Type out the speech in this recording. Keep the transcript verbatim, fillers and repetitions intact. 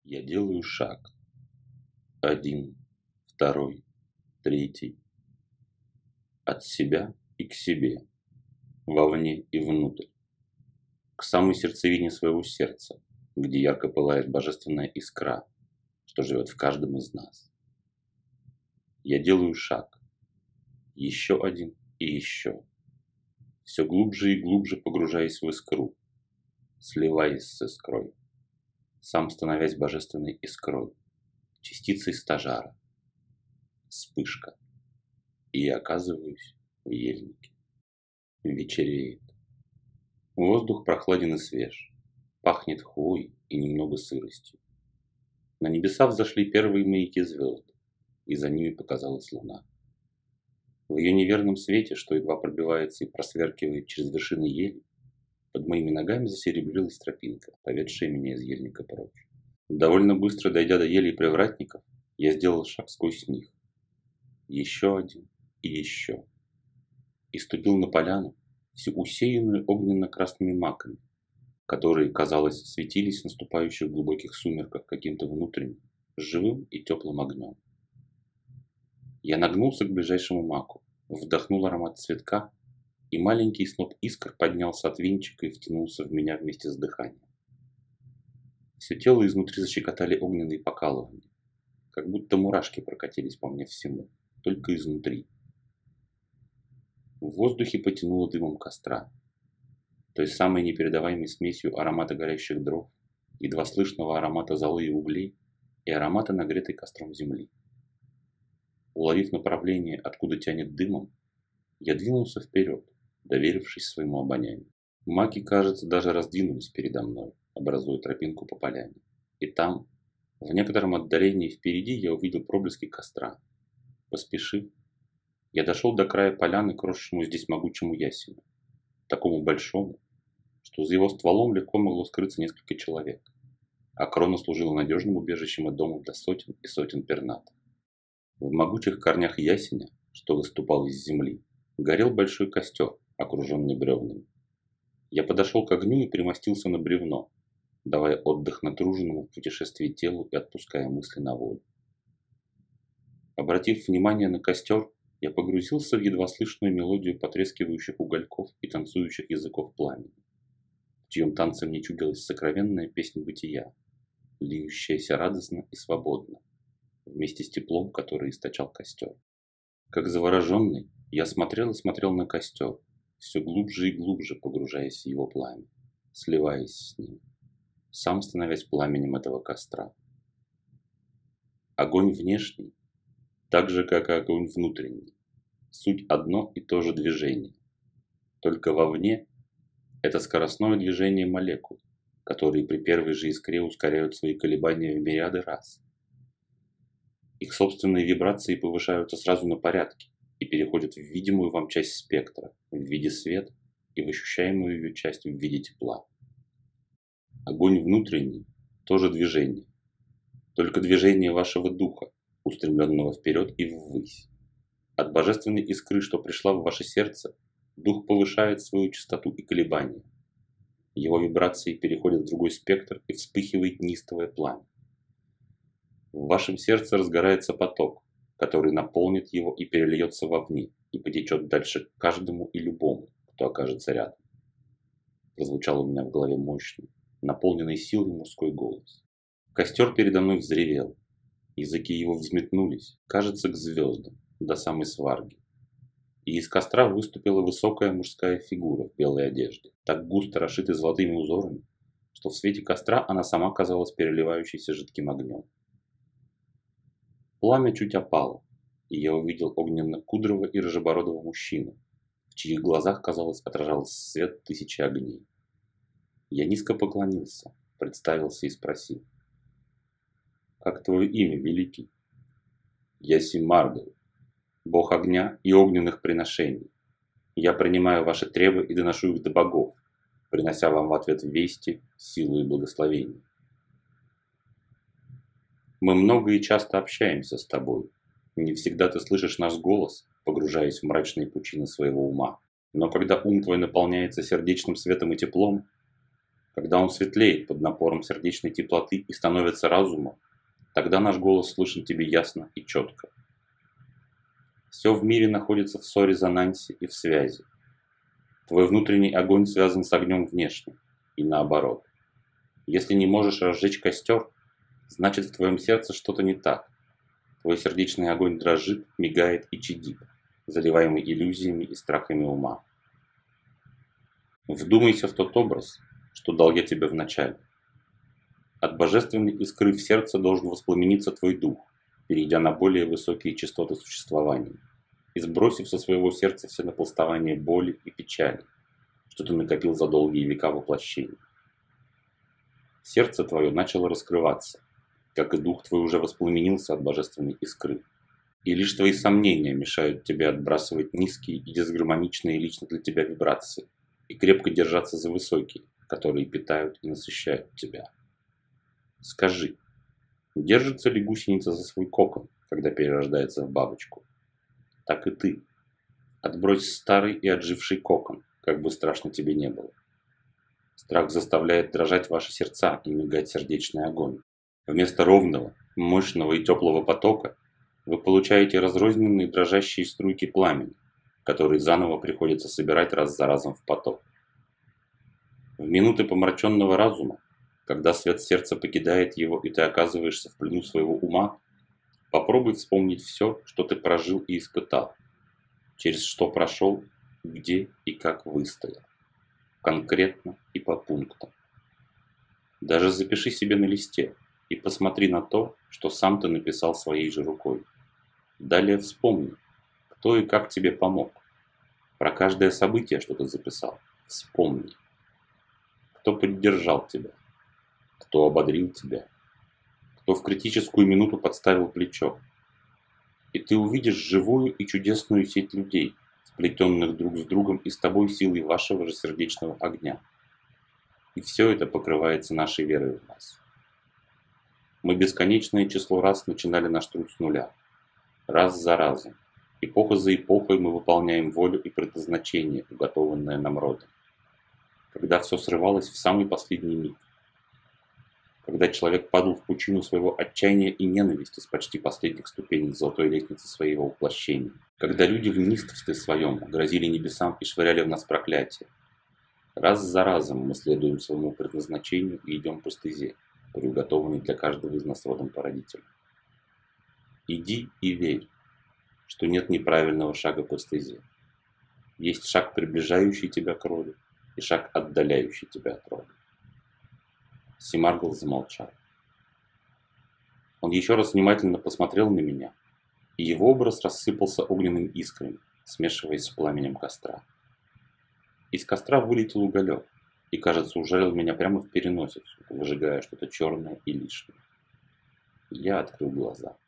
Я делаю шаг. Один, второй, третий. От себя и к себе, вовне и внутрь. К самой сердцевине своего сердца, где ярко пылает божественная искра, что живет в каждом из нас. Я делаю шаг. Еще один и еще. Все глубже и глубже погружаясь в искру, сливаясь с искрой, сам становясь божественной искрой, частицей стажара. Вспышка. И я оказываюсь в ельнике. Вечереет. Воздух прохладен и свеж. Пахнет хвоей и немного сыростью. На небеса взошли первые маяки звезд, и за ними показалась луна. В ее неверном свете, что едва пробивается и просверкивает через вершины ели, под моими ногами засеребрилась тропинка, поведшая меня из ельника прочь. Довольно быстро дойдя до елей привратников, я сделал шаг сквозь них. Еще один и еще. И ступил на поляну, всю усеянную огненно-красными маками, которые, казалось, светились в наступающих глубоких сумерках каким-то внутренним, живым и теплым огнем. Я нагнулся к ближайшему маку, вдохнул аромат цветка, и маленький сноп искр поднялся от венчика и втянулся в меня вместе с дыханием. Все тело изнутри защекотали огненные покалывания, как будто мурашки прокатились по мне всему, только изнутри. В воздухе потянуло дымом костра, той самой непередаваемой смесью аромата горящих дров, едва слышного аромата золы и углей и аромата нагретой костром земли. Уловив направление, откуда тянет дымом, я двинулся вперед, доверившись своему обонянию. Маки, кажется, даже раздвинулись передо мной, образуя тропинку по поляне. И там, в некотором отдалении впереди, я увидел проблески костра. Поспешив, я дошел до края поляны к росшему здесь могучему ясеню, такому большому, что за его стволом легко могло скрыться несколько человек, а крона служила надежным убежищем и домом для сотен и сотен пернатых. В могучих корнях ясеня, что выступал из земли, горел большой костер, окруженный бревнами. Я подошел к огню и примостился на бревно, давая отдых натруженному в путешествии телу и отпуская мысли на волю. Обратив внимание на костер, я погрузился в едва слышную мелодию потрескивающих угольков и танцующих языков пламени, в чьем танце мне чудилась сокровенная песня бытия, льющаяся радостно и свободно, вместе с теплом, который источал костер. Как завороженный, я смотрел и смотрел на костер, все глубже и глубже погружаясь в его пламя, сливаясь с ним, сам становясь пламенем этого костра. Огонь внешний, так же, как и огонь внутренний, суть одно и то же движение. Только вовне это скоростное движение молекул, которые при первой же искре ускоряют свои колебания в мириады раз. Их собственные вибрации повышаются сразу на порядки и переходят в видимую вам часть спектра, в виде света, и в ощущаемую ее часть в виде тепла. Огонь внутренний – тоже движение, только движение вашего духа, устремленного вперед и ввысь. От божественной искры, что пришла в ваше сердце, дух повышает свою частоту и колебания. Его вибрации переходят в другой спектр и вспыхивает неистовое пламя. В вашем сердце разгорается поток, который наполнит его и перельется вовне, и потечет дальше к каждому и любому, кто окажется рядом. Прозвучал у меня в голове мощный, наполненный силой мужской голос. Костер передо мной взревел. Языки его взметнулись, кажется, к звездам, до самой сварги. И из костра выступила высокая мужская фигура в белой одежде, так густо расшитой золотыми узорами, что в свете костра она сама казалась переливающейся жидким огнем. Пламя чуть опало, и я увидел огненно-кудрого и рыжебородого мужчину, в чьих глазах, казалось, отражался свет тысячи огней. Я низко поклонился, представился и спросил: «Как твое имя, великий?» «Я Симаргл, бог огня и огненных приношений. Я принимаю ваши требы и доношу их до богов, принося вам в ответ вести, силу и благословение. Мы много и часто общаемся с тобой. Не всегда ты слышишь наш голос, погружаясь в мрачные пучины своего ума. Но когда ум твой наполняется сердечным светом и теплом, Когда он светлеет под напором сердечной теплоты и становится разумом, тогда наш голос слышен тебе ясно и четко. Все в мире находится в сорезонансе и в связи. Твой внутренний огонь связан с огнем внешним, и наоборот. Если не можешь разжечь костер, значит в твоем сердце что-то не так. Твой сердечный огонь дрожит, мигает и чадит, заливаемый иллюзиями и страхами ума. Вдумайся в тот образ, что дал я тебе вначале. От божественной искры в сердце должен воспламениться твой дух, перейдя на более высокие частоты существования и сбросив со своего сердца все напластования боли и печали, что ты накопил за долгие века воплощений. Сердце твое начало раскрываться, как и дух твой уже воспламенился от божественной искры. И лишь твои сомнения мешают тебе отбрасывать низкие и дисгармоничные лично для тебя вибрации и крепко держаться за высокие, которые питают и насыщают тебя. Скажи, держится ли гусеница за свой кокон, когда перерождается в бабочку? Так и ты. Отбрось старый и отживший кокон, как бы страшно тебе не было. Страх заставляет дрожать ваши сердца и мигать сердечный огонь. Вместо ровного, мощного и теплого потока вы получаете разрозненные дрожащие струйки пламени, которые заново приходится собирать раз за разом в поток. В минуты помраченного разума, когда свет сердца покидает его и ты оказываешься в плену своего ума, попробуй вспомнить все, что ты прожил и испытал, через что прошел, где и как выстоял, конкретно и по пунктам. Даже запиши себе на листе и посмотри на то, что сам ты написал своей же рукой. Далее вспомни, кто и как тебе помог. Про каждое событие, что ты записал, вспомни. Кто поддержал тебя, кто ободрил тебя, кто в критическую минуту подставил плечо. И ты увидишь живую и чудесную сеть людей, сплетенных друг с другом и с тобой силой вашего же сердечного огня. И все это покрывается нашей верой в нас. Мы бесконечное число раз начинали наш труд с нуля. Раз за разом. Эпоха за эпохой мы выполняем волю и предназначение, уготованное нам родом. Когда все срывалось в самый последний миг. Когда человек падал в пучину своего отчаяния и ненависти с почти последних ступеней золотой лестницы своего воплощения. Когда люди в неистовстве своем грозили небесам и швыряли в нас проклятие. Раз за разом мы следуем своему предназначению и идем по стезе, приуготованной для каждого из нас родом по родителям. Иди и верь, что нет неправильного шага по стезе. Есть шаг, приближающий тебя к роду, и шаг, отдаляющий тебя от рода. Семаргл замолчал. Он еще раз внимательно посмотрел на меня, и его образ рассыпался огненными искрами, смешиваясь с пламенем костра. Из костра вылетел уголек и, кажется, ужалил меня прямо в переносицу, выжигая что-то черное и лишнее. Я открыл глаза.